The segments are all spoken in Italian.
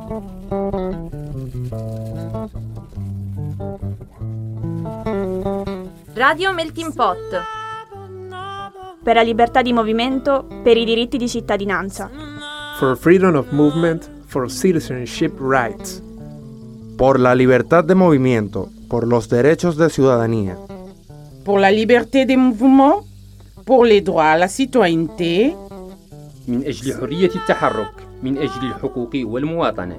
Radio Melting Pot. Per la libertà di movimento, per i diritti di cittadinanza. For freedom of movement, for citizenship rights. Por la libertad de movimiento, por los derechos de ciudadanía. Pour la liberté des mouvements, pour les droits à la citoyenneté. من أجل حرية التحرك، من أجل الحقوق والمواطنة.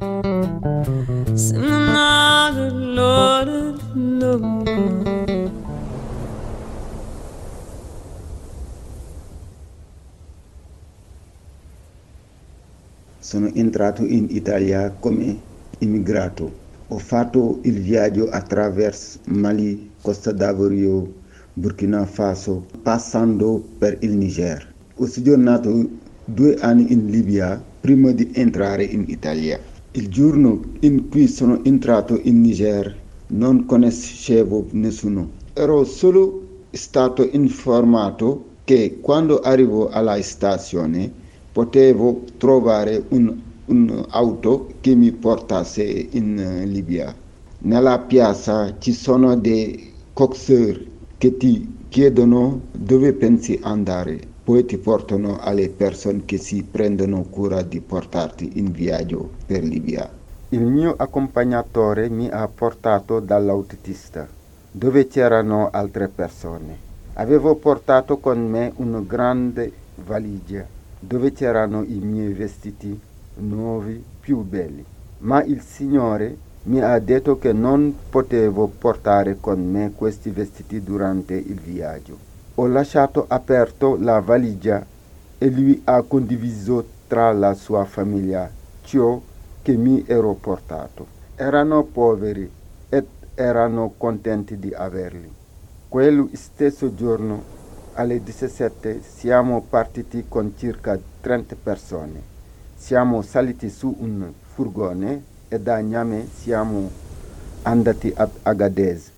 Sono entrato in Italia come immigrato. Ho fatto il viaggio attraverso Mali, Costa d'Avorio, Burkina Faso, passando per il Niger. Ho soggiornato 2 anni in Libia prima di entrare in Italia. Il giorno in cui sono entrato in Niger non conoscevo nessuno. Ero solo stato informato che quando arrivo alla stazione potevo trovare un'auto che mi portasse in Libia. Nella piazza ci sono dei coxeur che ti chiedono dove pensi andare, poi ti portano alle persone che si prendono cura di portarti in viaggio per Libia. Il mio accompagnatore mi ha portato dall'autista, dove c'erano altre persone. Avevo portato con me una grande valigia, dove c'erano i miei vestiti nuovi più belli. Ma il Signore mi ha detto che non potevo portare con me questi vestiti durante il viaggio. Ho lasciato aperto la valigia e lui ha condiviso tra la sua famiglia ciò che mi ero portato. Erano poveri ed erano contenti di averli. Quello stesso giorno, alle 17, siamo partiti con circa 30 persone. Siamo saliti su un furgone e da Niamey siamo andati ad Agadez.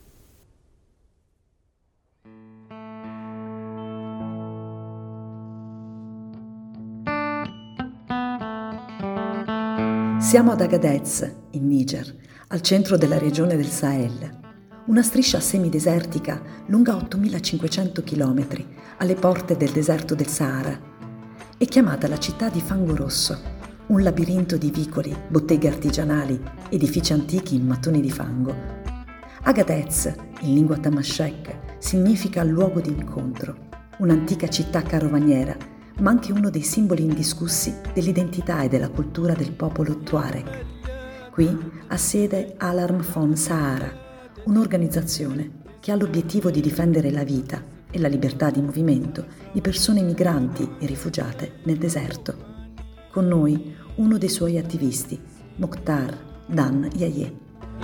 Siamo ad Agadez, in Niger, al centro della regione del Sahel. Una striscia semidesertica lunga 8.500 km alle porte del deserto del Sahara. È chiamata la città di Fango Rosso, un labirinto di vicoli, botteghe artigianali, edifici antichi in mattoni di fango. Agadez, in lingua tamashek, significa luogo di incontro, un'antica città carovaniera, ma anche uno dei simboli indiscussi dell'identità e della cultura del popolo Tuareg. Qui ha sede Alarm Phone Sahara, un'organizzazione che ha l'obiettivo di difendere la vita e la libertà di movimento di persone migranti e rifugiate nel deserto. Con noi uno dei suoi attivisti, Mokhtar Dan Yahye.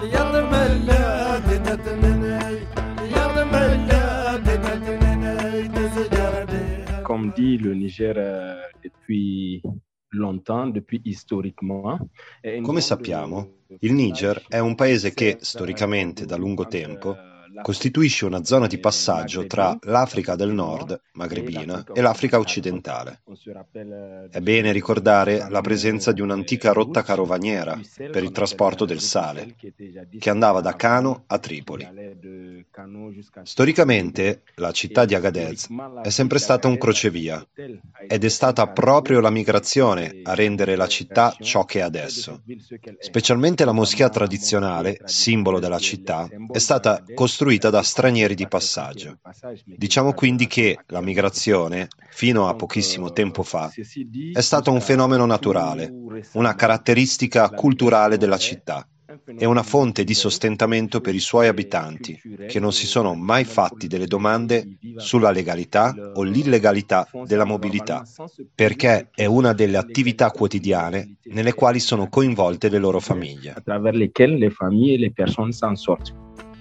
Comme dit le Niger depuis longtemps, depuis historiquement. Come sappiamo, il Niger è un paese che, storicamente, da lungo tempo, costituisce una zona di passaggio tra l'Africa del Nord, magrebina, e l'Africa occidentale. È bene ricordare la presenza di un'antica rotta carovaniera per il trasporto del sale, che andava da Kano a Tripoli. Storicamente, la città di Agadez è sempre stata un crocevia, ed è stata proprio la migrazione a rendere la città ciò che è adesso. Specialmente la moschea tradizionale, simbolo della città, è stata costruita da stranieri di passaggio. Diciamo quindi che la migrazione, fino a pochissimo tempo fa, è stato un fenomeno naturale, una caratteristica culturale della città e una fonte di sostentamento per i suoi abitanti, che non si sono mai fatti delle domande sulla legalità o l'illegalità della mobilità, perché è una delle attività quotidiane nelle quali sono coinvolte le loro famiglie. À travers lesquelles les familles et les personnes s'en sortent.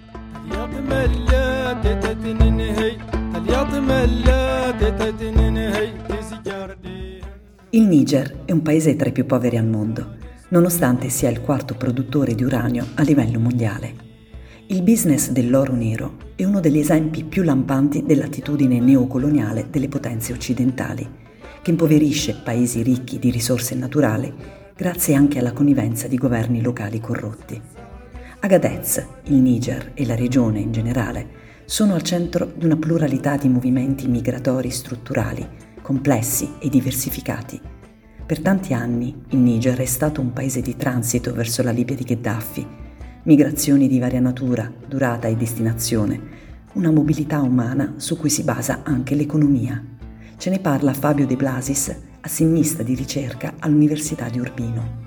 Il Niger è un paese tra i più poveri al mondo, nonostante sia il quarto produttore di uranio a livello mondiale. Il business dell'oro nero è uno degli esempi più lampanti dell'attitudine neocoloniale delle potenze occidentali, che impoverisce paesi ricchi di risorse naturali grazie anche alla connivenza di governi locali corrotti. Agadez, il Niger e la regione in generale sono al centro di una pluralità di movimenti migratori strutturali, complessi e diversificati. Per tanti anni il Niger è stato un paese di transito verso la Libia di Gheddafi, migrazioni di varia natura, durata e destinazione, una mobilità umana su cui si basa anche l'economia. Ce ne parla Fabio De Blasis, assegnista di ricerca all'Università di Urbino.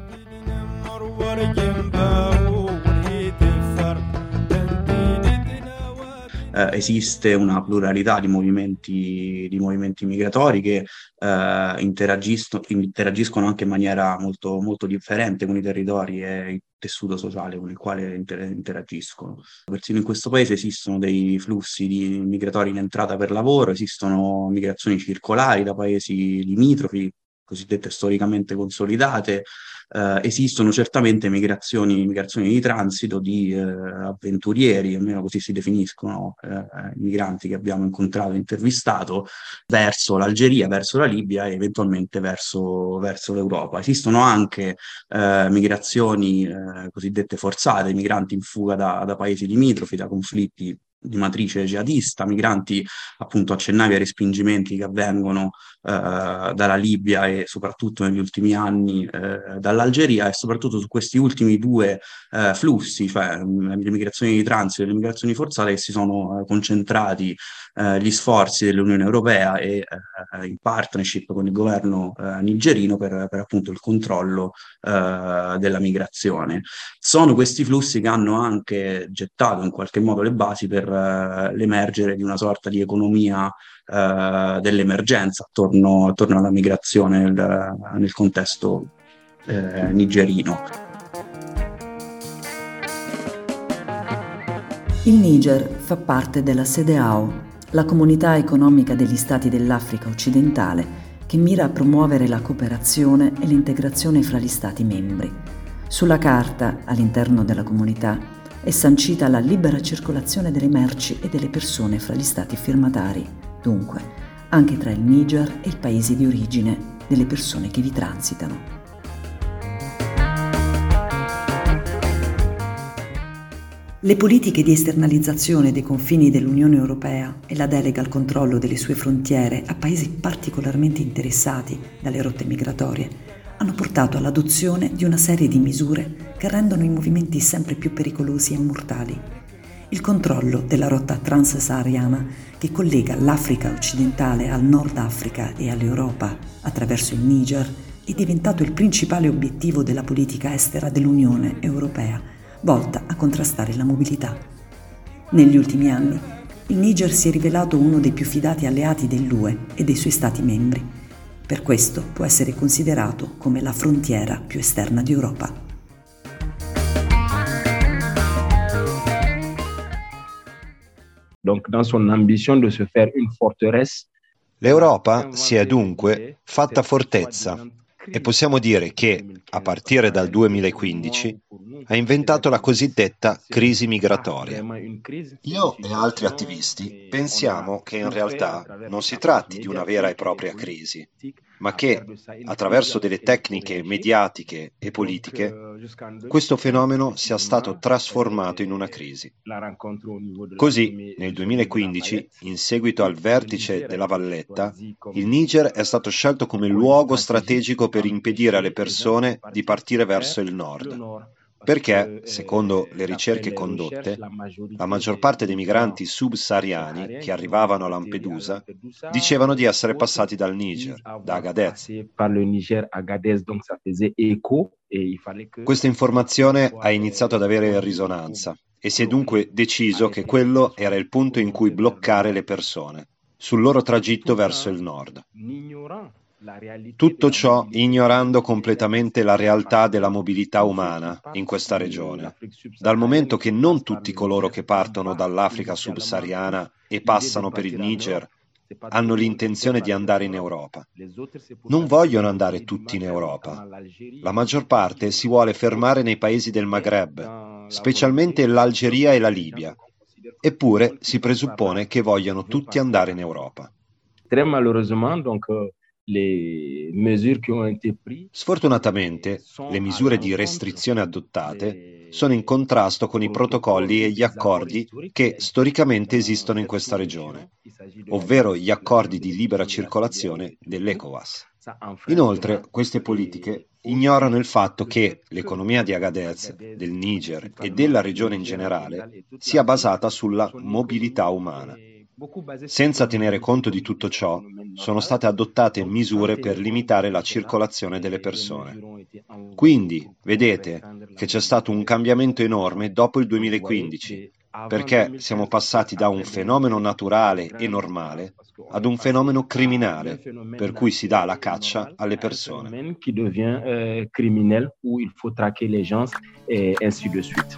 Esiste una pluralità di movimenti migratori che interagiscono anche in maniera molto, molto differente con i territori e il tessuto sociale con il quale interagiscono. Persino in questo paese esistono dei flussi di migratori in entrata per lavoro, esistono migrazioni circolari da paesi limitrofi, cosiddette storicamente consolidate. Esistono certamente migrazioni di transito di avventurieri, almeno così si definiscono i migranti che abbiamo incontrato e intervistato, verso l'Algeria, verso la Libia e eventualmente verso l'Europa. Esistono anche migrazioni cosiddette forzate, migranti in fuga da paesi limitrofi, da conflitti di matrice jihadista, migranti, appunto accennavi ai respingimenti che avvengono dalla Libia e soprattutto negli ultimi anni dall'Algeria, e soprattutto su questi ultimi due flussi, cioè le migrazioni di transito e le migrazioni forzate, che si sono concentrati gli sforzi dell'Unione Europea e in partnership con il governo nigerino per appunto il controllo della migrazione. Sono questi flussi che hanno anche gettato in qualche modo le basi per l'emergere di una sorta di economia dell'emergenza attorno alla migrazione nel contesto nigerino. Il Niger fa parte della CEDEAO, la Comunità Economica degli Stati dell'Africa Occidentale, che mira a promuovere la cooperazione e l'integrazione fra gli Stati membri. Sulla carta, all'interno della comunità, è sancita la libera circolazione delle merci e delle persone fra gli Stati firmatari, dunque anche tra il Niger e i paesi di origine delle persone che vi transitano. Le politiche di esternalizzazione dei confini dell'Unione Europea e la delega al controllo delle sue frontiere a paesi particolarmente interessati dalle rotte migratorie hanno portato all'adozione di una serie di misure che rendono i movimenti sempre più pericolosi e mortali. Il controllo della rotta transsahariana che collega l'Africa occidentale al Nord Africa e all'Europa attraverso il Niger è diventato il principale obiettivo della politica estera dell'Unione Europea, volta a contrastare la mobilità. Negli ultimi anni, il Niger si è rivelato uno dei più fidati alleati dell'UE e dei suoi Stati membri. Per questo può essere considerato come la frontiera più esterna di Europa. Donc, dans son ambition de se faire une forteresse, l'Europa si è dunque fatta fortezza e possiamo dire che, a partire dal 2015, ha inventato la cosiddetta crisi migratoria. Io e altri attivisti pensiamo che in realtà non si tratti di una vera e propria crisi, ma che, attraverso delle tecniche mediatiche e politiche, questo fenomeno sia stato trasformato in una crisi. Così, nel 2015, in seguito al vertice della Valletta, il Niger è stato scelto come luogo strategico per impedire alle persone di partire verso il nord. Perché, secondo le ricerche condotte, la maggior parte dei migranti subsahariani che arrivavano a Lampedusa dicevano di essere passati dal Niger, da Agadez. Questa informazione ha iniziato ad avere risonanza e si è dunque deciso che quello era il punto in cui bloccare le persone sul loro tragitto verso il nord. Tutto ciò ignorando completamente la realtà della mobilità umana in questa regione, dal momento che non tutti coloro che partono dall'Africa subsahariana e passano per il Niger hanno l'intenzione di andare in Europa. Non vogliono andare tutti in Europa. La maggior parte si vuole fermare nei paesi del Maghreb, specialmente l'Algeria e la Libia. Eppure si presuppone che vogliano tutti andare in Europa. Très malheureusement, donc, les mesures qui ont été prises. Sfortunatamente, le misure di restrizione adottate sono in contrasto con i protocolli e gli accordi che storicamente esistono in questa regione, ovvero gli accordi di libera circolazione dell'ECOWAS. Inoltre, queste politiche ignorano il fatto che l'economia di Agadez, del Niger e della regione in generale sia basata sulla mobilità umana. Senza tenere conto di tutto ciò, sono state adottate misure per limitare la circolazione delle persone. Quindi, vedete che c'è stato un cambiamento enorme dopo il 2015, perché siamo passati da un fenomeno naturale e normale ad un fenomeno criminale, per cui si dà la caccia alle persone. Qui devient criminel, où il faut traquer les gens et ainsi de suite.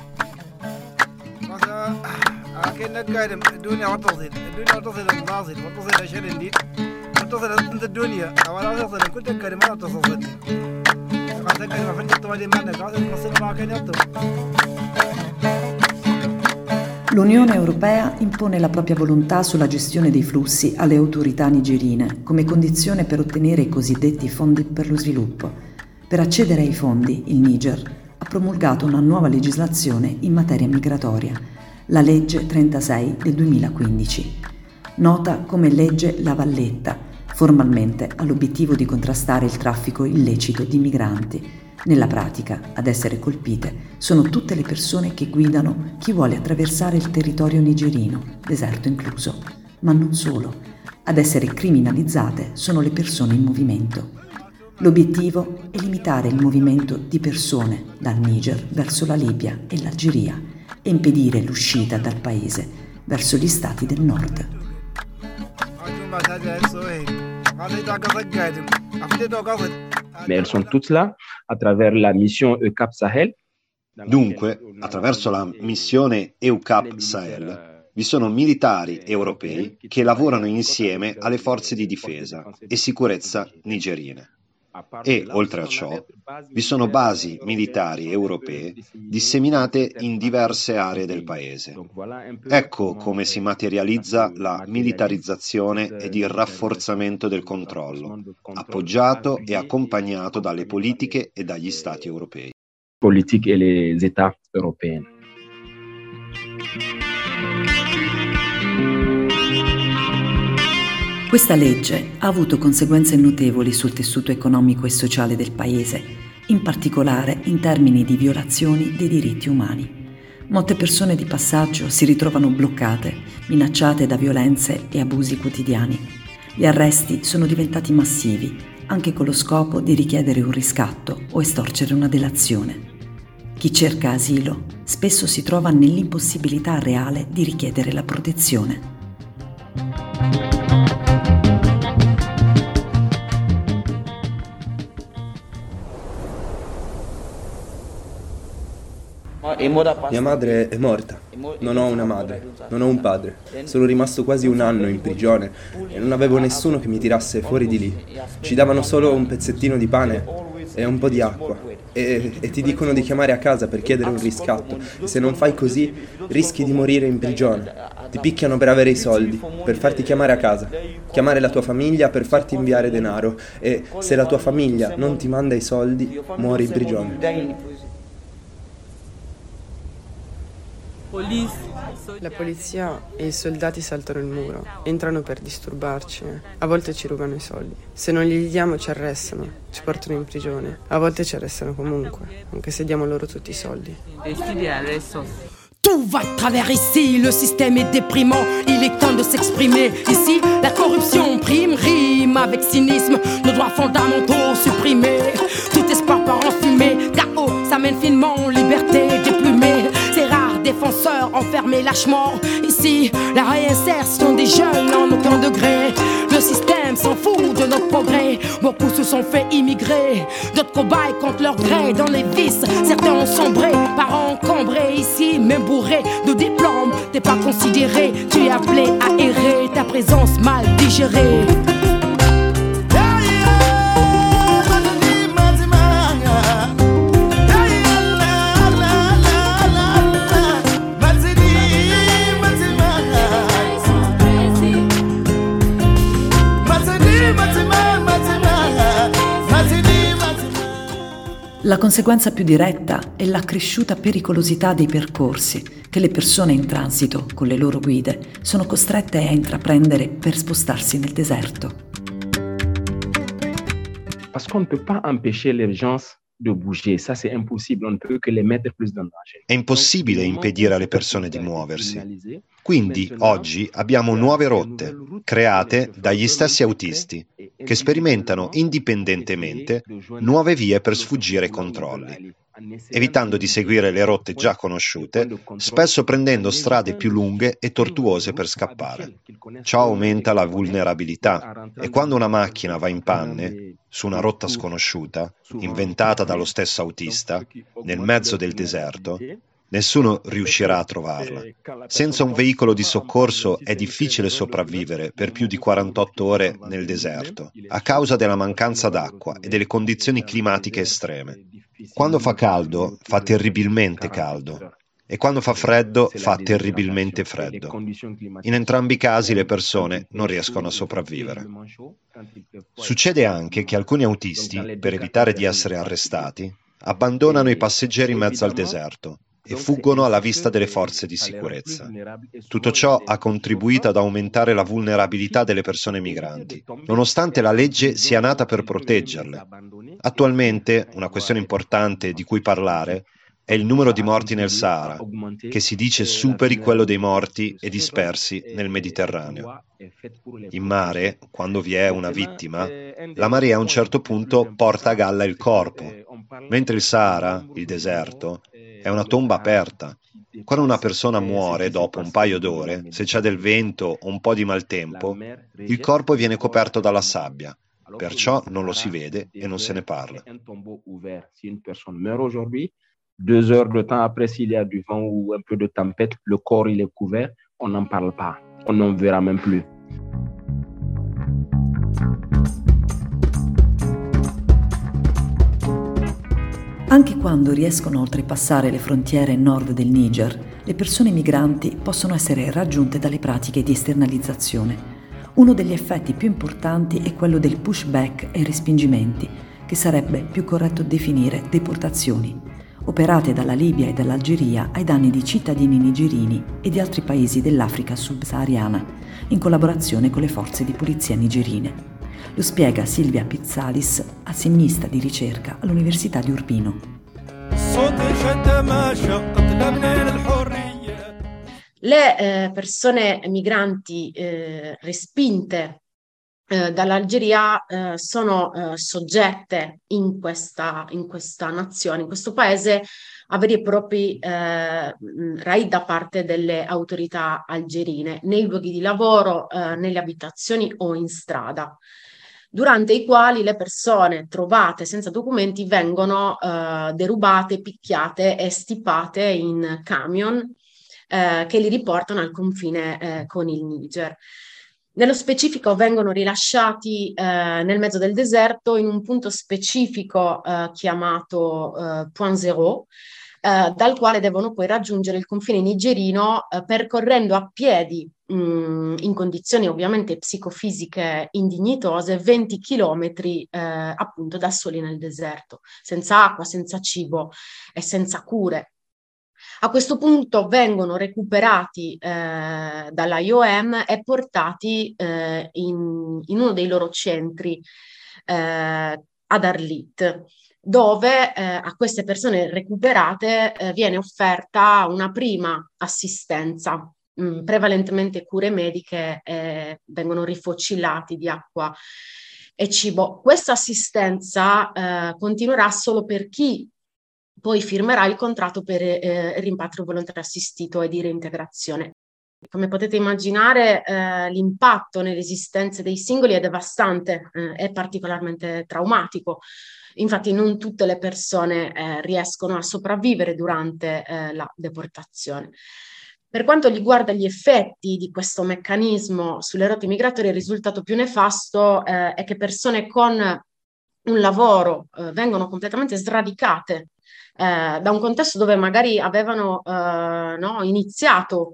L'Unione Europea impone la propria volontà sulla gestione dei flussi alle autorità nigerine come condizione per ottenere i cosiddetti fondi per lo sviluppo. Per accedere ai fondi, il Niger ha promulgato una nuova legislazione in materia migratoria, la legge 36 del 2015, nota come legge La Valletta, formalmente ha l'obiettivo di contrastare il traffico illecito di migranti. Nella pratica, ad essere colpite sono tutte le persone che guidano chi vuole attraversare il territorio nigerino, deserto incluso, ma non solo. Ad essere criminalizzate sono le persone in movimento. L'obiettivo è limitare il movimento di persone dal Niger verso la Libia e l'Algeria e impedire l'uscita dal paese verso gli stati del nord. Mais elles sont toutes là à travers la mission EUCAP Sahel. Dunque, attraverso la missione EUCAP Sahel, vi sono militari europei che lavorano insieme alle forze di difesa e sicurezza nigerine. E, oltre a ciò, vi sono basi militari europee disseminate in diverse aree del paese. Ecco come si materializza la militarizzazione ed il rafforzamento del controllo, appoggiato e accompagnato dalle politiche e dagli Stati europei. Politique et les États européens. Questa legge ha avuto conseguenze notevoli sul tessuto economico e sociale del paese, in particolare in termini di violazioni dei diritti umani. Molte persone di passaggio si ritrovano bloccate, minacciate da violenze e abusi quotidiani. Gli arresti sono diventati massivi, anche con lo scopo di richiedere un riscatto o estorcere una delazione. Chi cerca asilo spesso si trova nell'impossibilità reale di richiedere la protezione. Mia madre è morta, non ho una madre, non ho un padre, sono rimasto quasi un anno in prigione e non avevo nessuno che mi tirasse fuori di lì. Ci davano solo un pezzettino di pane e un po' di acqua e ti dicono di chiamare a casa per chiedere un riscatto. Se non fai così rischi di morire in prigione. Ti picchiano per avere i soldi, per farti chiamare a casa, chiamare la tua famiglia per farti inviare denaro e se la tua famiglia non ti manda i soldi muori in prigione. La polizia e i soldati saltano il muro, entrano per disturbarci, a volte ci rubano i soldi. Se non glieli diamo ci arrestano, ci portano in prigione, a volte ci arrestano comunque, anche se diamo loro tutti i soldi. Tout va de travers ici, le système est déprimant, il est temps de s'exprimer. Ici, la corruption prime, rime avec cynisme, nos droits fondamentaux supprimés. Tout espoir part en fumée, chaos, ça mène finement, liberté déplumée. C'est rare, défenseurs enfermés lâchement. Ici, la réinsertion des jeunes en aucun degré. Le système s'en fout de notre progrès. Beaucoup se sont fait immigrer. D'autres cobayes contre leur gré dans les vices. Certains ont sombré, parents encombrés. Ici, même bourré de diplômes, t'es pas considéré. Tu es appelé à errer, ta présence mal digérée. La conseguenza più diretta è l'accresciuta pericolosità dei percorsi che le persone in transito, con le loro guide, sono costrette a intraprendere per spostarsi nel deserto. Parce qu'on ne peut pas empêcher les gens de bouger, ça c'est impossible, on ne peut que les mettre plus en danger. È impossibile impedire alle persone di muoversi. Quindi oggi abbiamo nuove rotte, create dagli stessi autisti, che sperimentano indipendentemente nuove vie per sfuggire ai controlli, evitando di seguire le rotte già conosciute, spesso prendendo strade più lunghe e tortuose per scappare. Ciò aumenta la vulnerabilità e quando una macchina va in panne, su una rotta sconosciuta, inventata dallo stesso autista, nel mezzo del deserto, nessuno riuscirà a trovarla. Senza un veicolo di soccorso è difficile sopravvivere per più di 48 ore nel deserto, a causa della mancanza d'acqua e delle condizioni climatiche estreme. Quando fa caldo, fa terribilmente caldo. E quando fa freddo, fa terribilmente freddo. In entrambi i casi le persone non riescono a sopravvivere. Succede anche che alcuni autisti, per evitare di essere arrestati, abbandonano i passeggeri in mezzo al deserto e fuggono alla vista delle forze di sicurezza. Tutto ciò ha contribuito ad aumentare la vulnerabilità delle persone migranti, nonostante la legge sia nata per proteggerle. Attualmente, una questione importante di cui parlare è il numero di morti nel Sahara, che si dice superi quello dei morti e dispersi nel Mediterraneo. In mare, quando vi è una vittima, la marea a un certo punto porta a galla il corpo, mentre il Sahara, il deserto, è una tomba aperta. Quando una persona muore dopo un paio d'ore, se c'è del vento o un po' di maltempo, il corpo viene coperto dalla sabbia, perciò non lo si vede e non se ne parla. 2 heures de temps après, s'il y a du vent ou un peu de tempête, le corps il est couvert, on n'en parle pas, on n'en verra même plus. Anche quando riescono a oltrepassare le frontiere nord del Niger, le persone migranti possono essere raggiunte dalle pratiche di esternalizzazione. Uno degli effetti più importanti è quello del pushback e respingimenti, che sarebbe più corretto definire deportazioni, operate dalla Libia e dall'Algeria ai danni di cittadini nigerini e di altri paesi dell'Africa subsahariana, in collaborazione con le forze di polizia nigerine. Lo spiega Silvia Pizzalis, assegnista di ricerca all'Università di Urbino. Le persone migranti respinte dall'Algeria sono soggette in questa nazione, in questo paese, a veri e propri raid da parte delle autorità algerine, nei luoghi di lavoro, nelle abitazioni o in strada, durante i quali le persone trovate senza documenti vengono derubate, picchiate e stipate in camion che li riportano al confine con il Niger. Nello specifico vengono rilasciati nel mezzo del deserto in un punto specifico chiamato Point Zero, dal quale devono poi raggiungere il confine nigerino percorrendo a piedi, in condizioni ovviamente psicofisiche indignitose, 20 chilometri appunto da soli nel deserto, senza acqua, senza cibo e senza cure. A questo punto vengono recuperati dall'IOM e portati in uno dei loro centri ad Arlit, dove a queste persone recuperate viene offerta una prima assistenza, prevalentemente cure mediche, vengono rifocillati di acqua e cibo. Questa assistenza continuerà solo per chi poi firmerà il contratto per il rimpatrio volontario assistito e di reintegrazione. Come potete immaginare, l'impatto nelle esistenze dei singoli è devastante, è particolarmente traumatico. Infatti non tutte le persone riescono a sopravvivere durante la deportazione. Per quanto riguarda gli effetti di questo meccanismo sulle rotte migratorie, il risultato più nefasto è che persone con un lavoro vengono completamente sradicate da un contesto dove magari avevano iniziato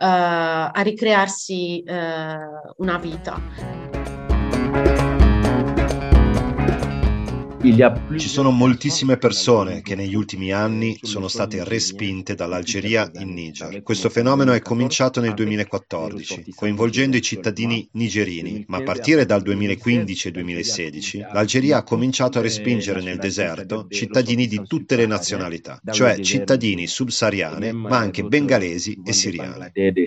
a ricrearsi una vita. Ci sono moltissime persone che negli ultimi anni sono state respinte dall'Algeria in Niger. Questo fenomeno è cominciato nel 2014, coinvolgendo i cittadini nigerini, ma a partire dal 2015 e 2016 l'Algeria ha cominciato a respingere nel deserto cittadini di tutte le nazionalità, cioè cittadini subsahariane, ma anche bengalesi e siriani.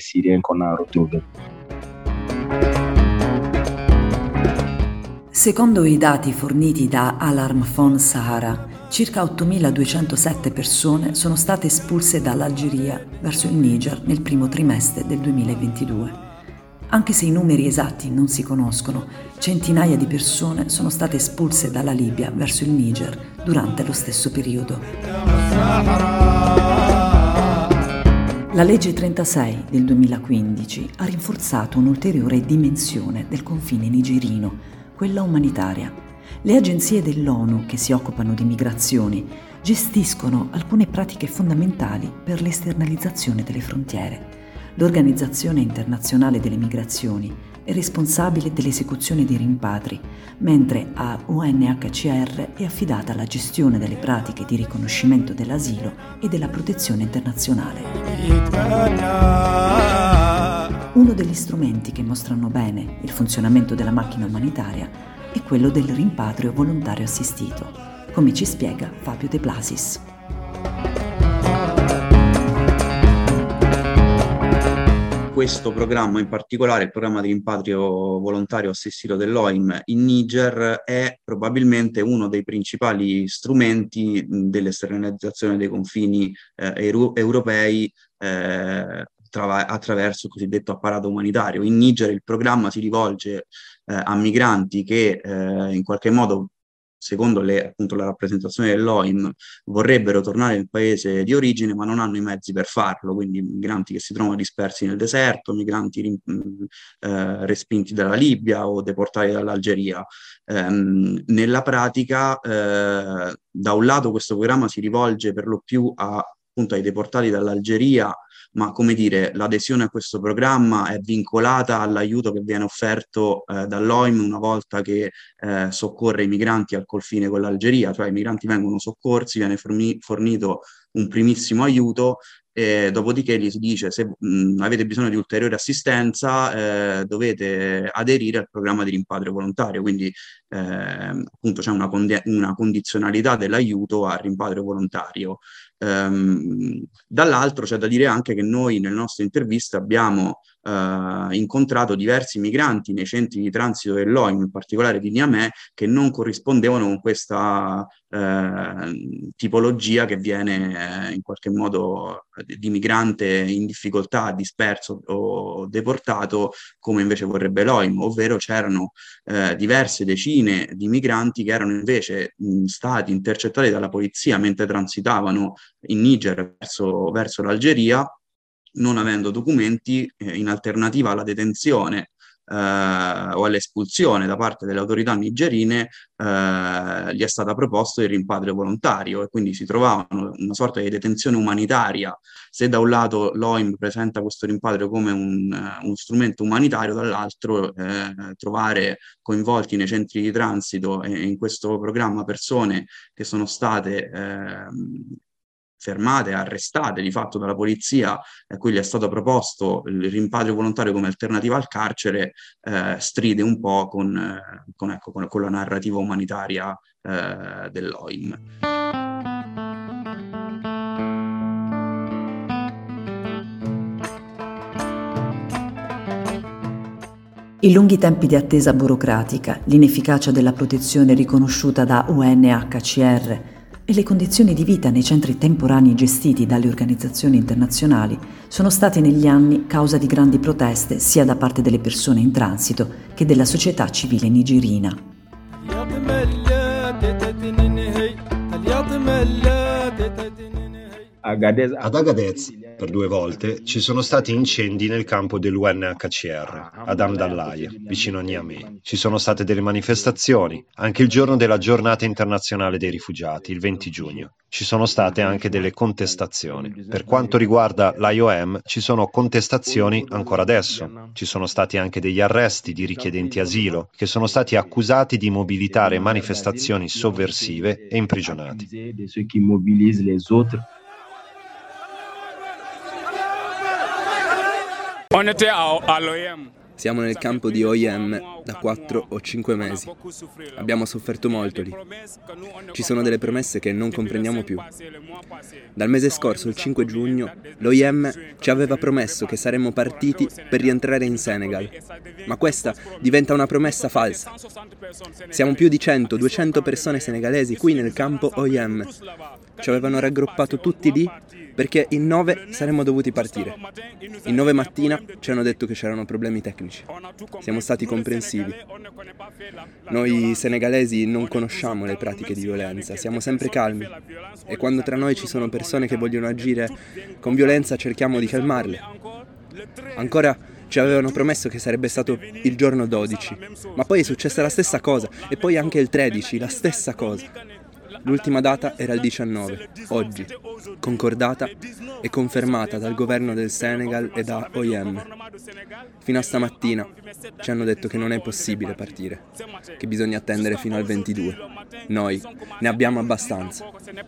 Secondo i dati forniti da Alarm Phone Sahara, circa 8.207 persone sono state espulse dall'Algeria verso il Niger nel primo trimestre del 2022. Anche se i numeri esatti non si conoscono, centinaia di persone sono state espulse dalla Libia verso il Niger durante lo stesso periodo. La legge 36 del 2015 ha rinforzato un'ulteriore dimensione del confine nigerino, quella umanitaria. Le agenzie dell'ONU che si occupano di migrazioni gestiscono alcune pratiche fondamentali per l'esternalizzazione delle frontiere. L'Organizzazione Internazionale delle Migrazioni è responsabile dell'esecuzione dei rimpatri, mentre a UNHCR è affidata la gestione delle pratiche di riconoscimento dell'asilo e della protezione internazionale. Uno degli strumenti che mostrano bene il funzionamento della macchina umanitaria è quello del rimpatrio volontario assistito, come ci spiega Fabio De Blasis. Questo programma in particolare, il programma di rimpatrio volontario assistito dell'OIM in Niger, è probabilmente uno dei principali strumenti dell'esternalizzazione dei confini europei attraverso il cosiddetto apparato umanitario. In Niger il programma si rivolge a migranti che in qualche modo, secondo appunto la rappresentazione dell'OIM, vorrebbero tornare nel paese di origine ma non hanno i mezzi per farlo, quindi migranti che si trovano dispersi nel deserto, migranti respinti dalla Libia o deportati dall'Algeria. Nella pratica, da un lato questo programma si rivolge per lo più appunto ai deportati dall'Algeria, ma come dire, l'adesione a questo programma è vincolata all'aiuto che viene offerto dall'OIM una volta che soccorre i migranti al confine con l'Algeria, cioè i migranti vengono soccorsi, viene fornito un primissimo aiuto, dopodiché gli si dice: se avete bisogno di ulteriore assistenza dovete aderire al programma di rimpatrio volontario, quindi appunto c'è una condizionalità dell'aiuto al rimpatrio volontario. Dall'altro c'è da dire anche che noi nelle nostre interviste abbiamo incontrato diversi migranti nei centri di transito dell'OIM, in particolare di Niamey, che non corrispondevano con questa tipologia che viene in qualche modo di migrante in difficoltà, disperso o deportato, come invece vorrebbe l'OIM, ovvero c'erano diverse decine di migranti che erano invece stati intercettati dalla polizia mentre transitavano in Niger verso l'Algeria, non avendo documenti, in alternativa alla detenzione o all'espulsione da parte delle autorità nigerine, gli è stato proposto il rimpatrio volontario e quindi si trovavano in una sorta di detenzione umanitaria. Se da un lato l'OIM presenta questo rimpatrio come un strumento umanitario, dall'altro trovare coinvolti nei centri di transito e in questo programma persone che sono state fermate, arrestate di fatto dalla polizia, e cui gli è stato proposto il rimpatrio volontario come alternativa al carcere, stride un po' con la narrativa umanitaria dell'OIM. I lunghi tempi di attesa burocratica, l'inefficacia della protezione riconosciuta da UNHCR e le condizioni di vita nei centri temporanei gestiti dalle organizzazioni internazionali sono stati negli anni causa di grandi proteste sia da parte delle persone in transito che della società civile nigerina. Ad Agadez, per 2 volte, ci sono stati incendi nel campo dell'UNHCR, ad Hamdallaye, vicino a Niamey. Ci sono state delle manifestazioni, anche il giorno della Giornata internazionale dei rifugiati, il 20 giugno. Ci sono state anche delle contestazioni. Per quanto riguarda l'IOM, ci sono contestazioni ancora adesso. Ci sono stati anche degli arresti di richiedenti asilo che sono stati accusati di mobilitare manifestazioni sovversive e imprigionati. Siamo nel campo di OIM da 4 o 5 mesi. Abbiamo sofferto molto lì. Ci sono delle promesse che non comprendiamo più. Dal mese scorso, il 5 giugno, l'OIM ci aveva promesso che saremmo partiti per rientrare in Senegal. Ma questa diventa una promessa falsa. Siamo più di 100-200 persone senegalesi qui nel campo OIM. Ci avevano raggruppato tutti lì perché in 9 saremmo dovuti partire. In 9 mattina ci hanno detto che c'erano problemi tecnici. Siamo stati comprensivi. Noi senegalesi non conosciamo le pratiche di violenza, siamo sempre calmi e quando tra noi ci sono persone che vogliono agire con violenza cerchiamo di calmarle. Ancora ci avevano promesso che sarebbe stato il giorno 12, ma poi è successa la stessa cosa e poi anche il 13, la stessa cosa. L'ultima data era il 19, oggi, concordata e confermata dal governo del Senegal e da OIM. Fino a stamattina ci hanno detto che non è possibile partire, che bisogna attendere fino al 22. Noi ne abbiamo abbastanza.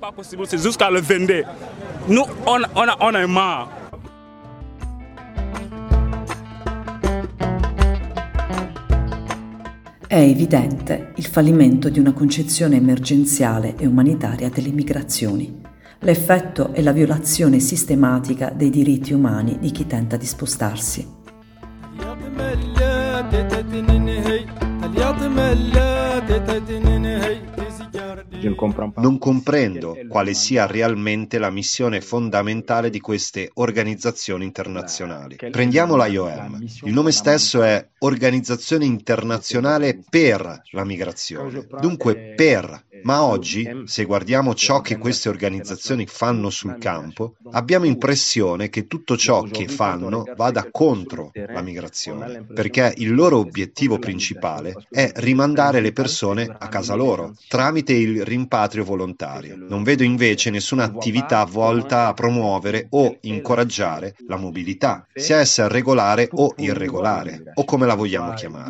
È evidente il fallimento di una concezione emergenziale e umanitaria delle migrazioni. L'effetto è la violazione sistematica dei diritti umani di chi tenta di spostarsi. Non comprendo quale sia realmente la missione fondamentale di queste organizzazioni internazionali. Prendiamo l'IOM. Il nome stesso è Organizzazione Internazionale per la Migrazione. Dunque per. Ma oggi, se guardiamo ciò che queste organizzazioni fanno sul campo, abbiamo impressione che tutto ciò che fanno vada contro la migrazione, perché il loro obiettivo principale è rimandare le persone a casa loro, tramite il rimpatrio volontario. Non vedo invece nessuna attività volta a promuovere o incoraggiare la mobilità, sia essa regolare o irregolare, o come la vogliamo chiamare.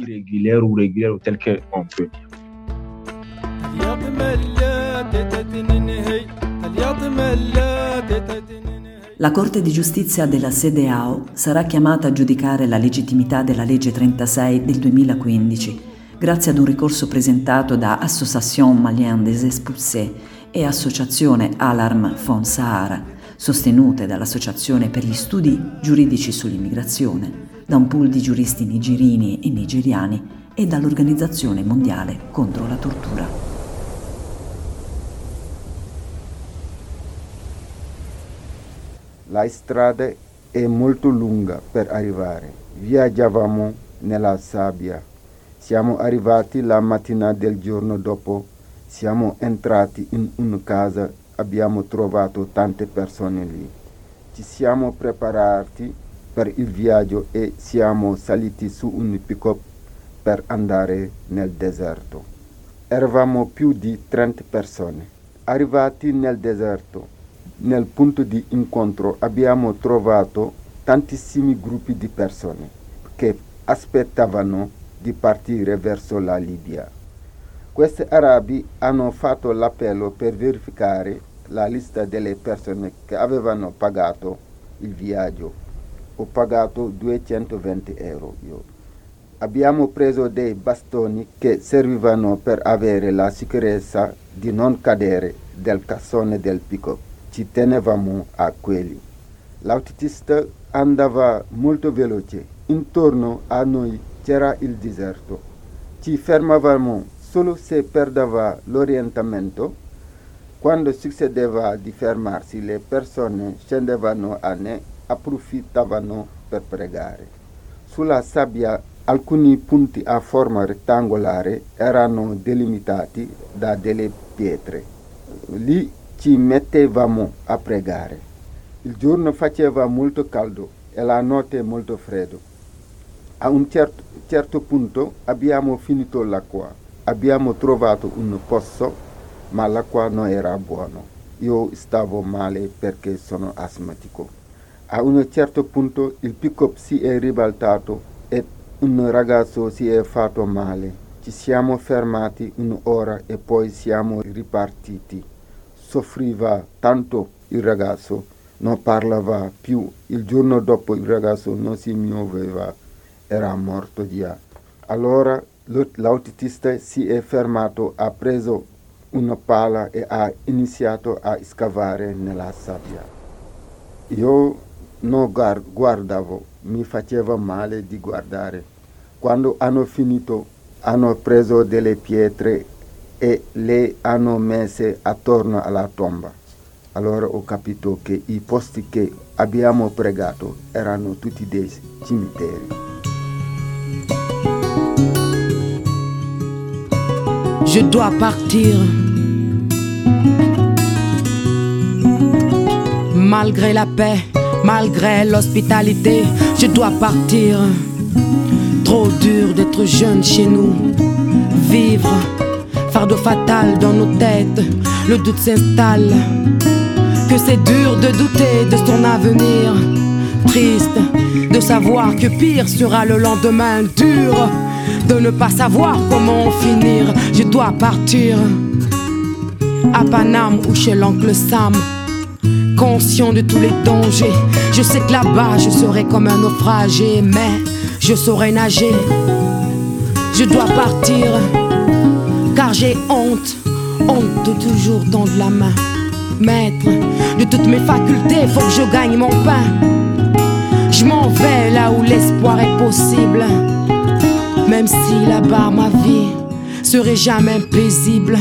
La Corte di Giustizia della CEDEAO sarà chiamata a giudicare la legittimità della legge 36 del 2015, grazie ad un ricorso presentato da Association Malienne des Expulsés e Associazione Alarm Fond Sahara, sostenute dall'Associazione per gli Studi Giuridici sull'Immigrazione, da un pool di giuristi nigerini e nigeriani e dall'Organizzazione Mondiale contro la Tortura. La strada è molto lunga per arrivare. Viaggiavamo nella sabbia. Siamo arrivati la mattina del giorno dopo. Siamo entrati in una casa. Abbiamo trovato tante persone lì. Ci siamo preparati per il viaggio e siamo saliti su un pick-up per andare nel deserto. Eravamo più di 30 persone. Arrivati nel deserto, nel punto di incontro abbiamo trovato tantissimi gruppi di persone che aspettavano di partire verso la Libia. Questi arabi hanno fatto l'appello per verificare la lista delle persone che avevano pagato il viaggio. Ho pagato 220 euro. Abbiamo preso dei bastoni che servivano per avere la sicurezza di non cadere del cassone del pick-up. Ci tenevamo a quelli. L'autista andava molto veloce. Intorno a noi c'era il deserto. Ci fermavamo solo se perdeva l'orientamento. Quando succedeva di fermarsi, le persone scendevano a ne approfittavano per pregare. Sulla sabbia alcuni punti a forma rettangolare erano delimitati da delle pietre. Lì ci mettevamo a pregare. Il giorno faceva molto caldo e la notte molto freddo. A un certo punto abbiamo finito l'acqua. Abbiamo trovato un pozzo, ma l'acqua non era buona. Io stavo male perché sono asmatico. A un certo punto il pick-up si è ribaltato e un ragazzo si è fatto male. Ci siamo fermati un'ora e poi siamo ripartiti. Soffriva tanto il ragazzo, non parlava più. Il giorno dopo il ragazzo non si muoveva, era morto già. Allora l'autista si è fermato, ha preso una pala e ha iniziato a scavare nella sabbia. Io non guardavo, mi faceva male di guardare. Quando hanno finito, hanno preso delle pietre e le hanno messe attorno alla tomba. Allora ho capito che i posti che abbiamo pregato erano tutti dei cimiteri. Je dois partir. Malgré la paix, malgré l'hospitalité, je dois partir. Trop dur d'être jeune chez nous. Vivre, fardeau fatal dans nos têtes, le doute s'installe. Que c'est dur de douter de son avenir. Triste de savoir que pire sera le lendemain. Dur de ne pas savoir comment finir. Je dois partir à Paname ou chez l'oncle Sam. Conscient de tous les dangers, je sais que là-bas je serai comme un naufragé, mais je saurai nager. Je dois partir, car j'ai honte, honte de toujours tendre la main. Maître de toutes mes facultés, faut que je gagne mon pain. Je m'en vais là où l'espoir est possible, même si là-bas ma vie serait jamais paisible.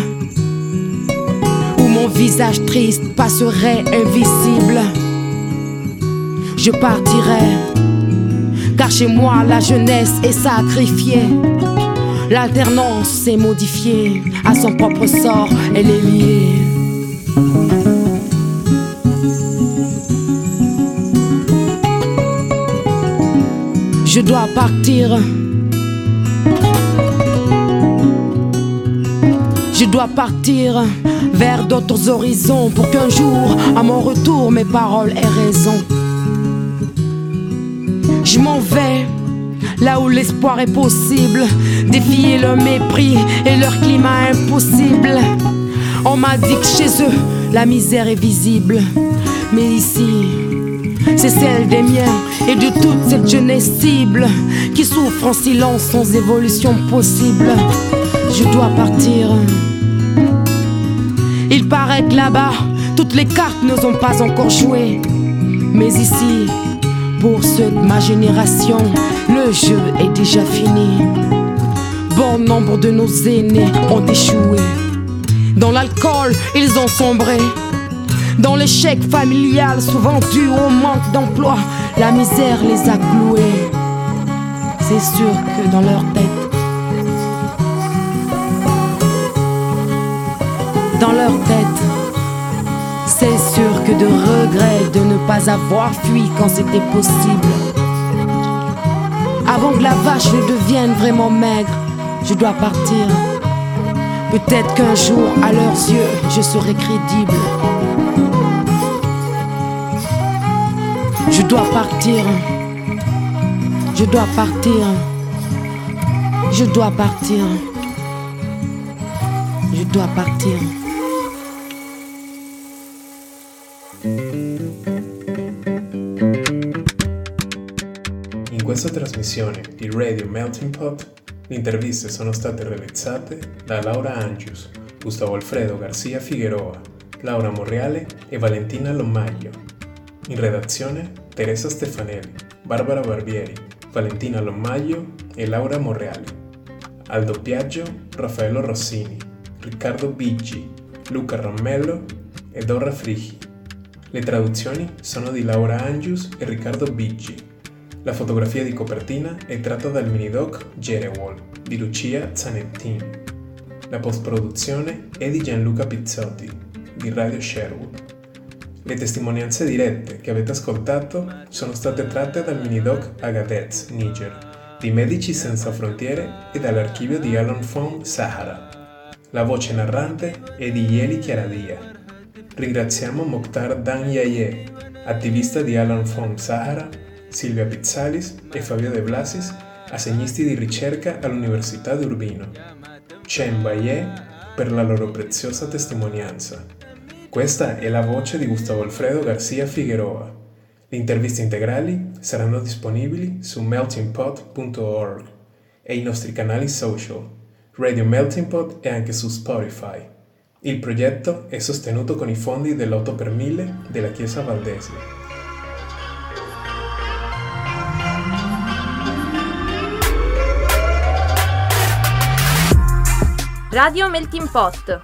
Mon visage triste passerait invisible. Je partirai, car chez moi la jeunesse est sacrifiée. L'alternance s'est modifiée, à son propre sort elle est liée. Je dois partir. Je dois partir vers d'autres horizons pour qu'un jour, à mon retour, mes paroles aient raison. Je m'en vais là où l'espoir est possible, défier leur mépris et leur climat impossible. On m'a dit que chez eux, la misère est visible, mais ici, c'est celle des miens et de toute cette jeunesse cible qui souffre en silence sans évolution possible. Je dois partir. Il paraît que là-bas, toutes les cartes ne sont pas encore jouées. Mais ici, pour ceux de ma génération, le jeu est déjà fini. Bon nombre de nos aînés ont échoué. Dans l'alcool, ils ont sombré. Dans l'échec familial, souvent dû au manque d'emploi, la misère les a cloués. C'est sûr que dans leur tête, c'est sûr que de regret de ne pas avoir fui quand c'était possible. Avant que la vache ne devienne vraiment maigre, je dois partir. Peut-être qu'un jour, à leurs yeux, je serai crédible. Je dois partir. Je dois partir. Je dois partir. Je dois partir. In questa trasmissione di Radio Melting Pot, le interviste sono state realizzate da Laura Angius, Gustavo Alfredo Garcia Figueroa, Laura Monreale e Valentina Lommaglio. In redazione Teresa Stefanelli, Barbara Barbieri, Valentina Lommaglio e Laura Monreale. Al doppiaggio Raffaello Rossini, Riccardo Biggi, Luca Rommello e Dora Frigi. Le traduzioni sono di Laura Angius e Riccardo Biggi. La fotografia di copertina è tratta dal minidoc Jerewol di Lucia Zanettini. La post-produzione è di Gianluca Pizzotti di Radio Sherwood. Le testimonianze dirette che avete ascoltato sono state tratte dal minidoc Agadez, Niger, di Medici Senza Frontiere e dall'archivio di Alan Fong Sahara. La voce narrante è di Yeli Chiaradia. Ringraziamo Mokhtar Danyaye, attivista di Alan Fong Sahara, Silvia Pizzalis e Fabio De Blasis, assegnisti di ricerca all'Università di Urbino. Chen Baye per la loro preziosa testimonianza. Questa è la voce di Gustavo Alfredo Garcia Figueroa. Le interviste integrali saranno disponibili su meltingpot.org e i nostri canali social, Radio Melting Pot e anche su Spotify. Il progetto è sostenuto con i fondi dell'8 per 1000 della Chiesa Valdese. Radio Melting Pot.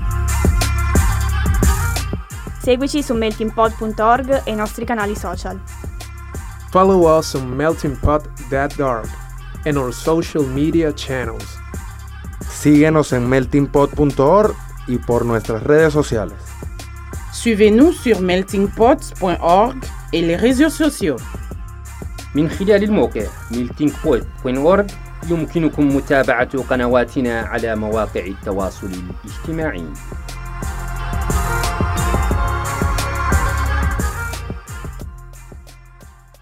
Seguici su meltingpot.org e i nostri canali social. Follow us on meltingpot.org and our social media channels. Síguenos en meltingpot.org y por nuestras redes sociales. Suivez-nous sur meltingpot.org et les réseaux sociaux. من خلال الموقع meltingpot.org يمكنكم متابعة قنواتنا على مواقع التواصل الاجتماعي.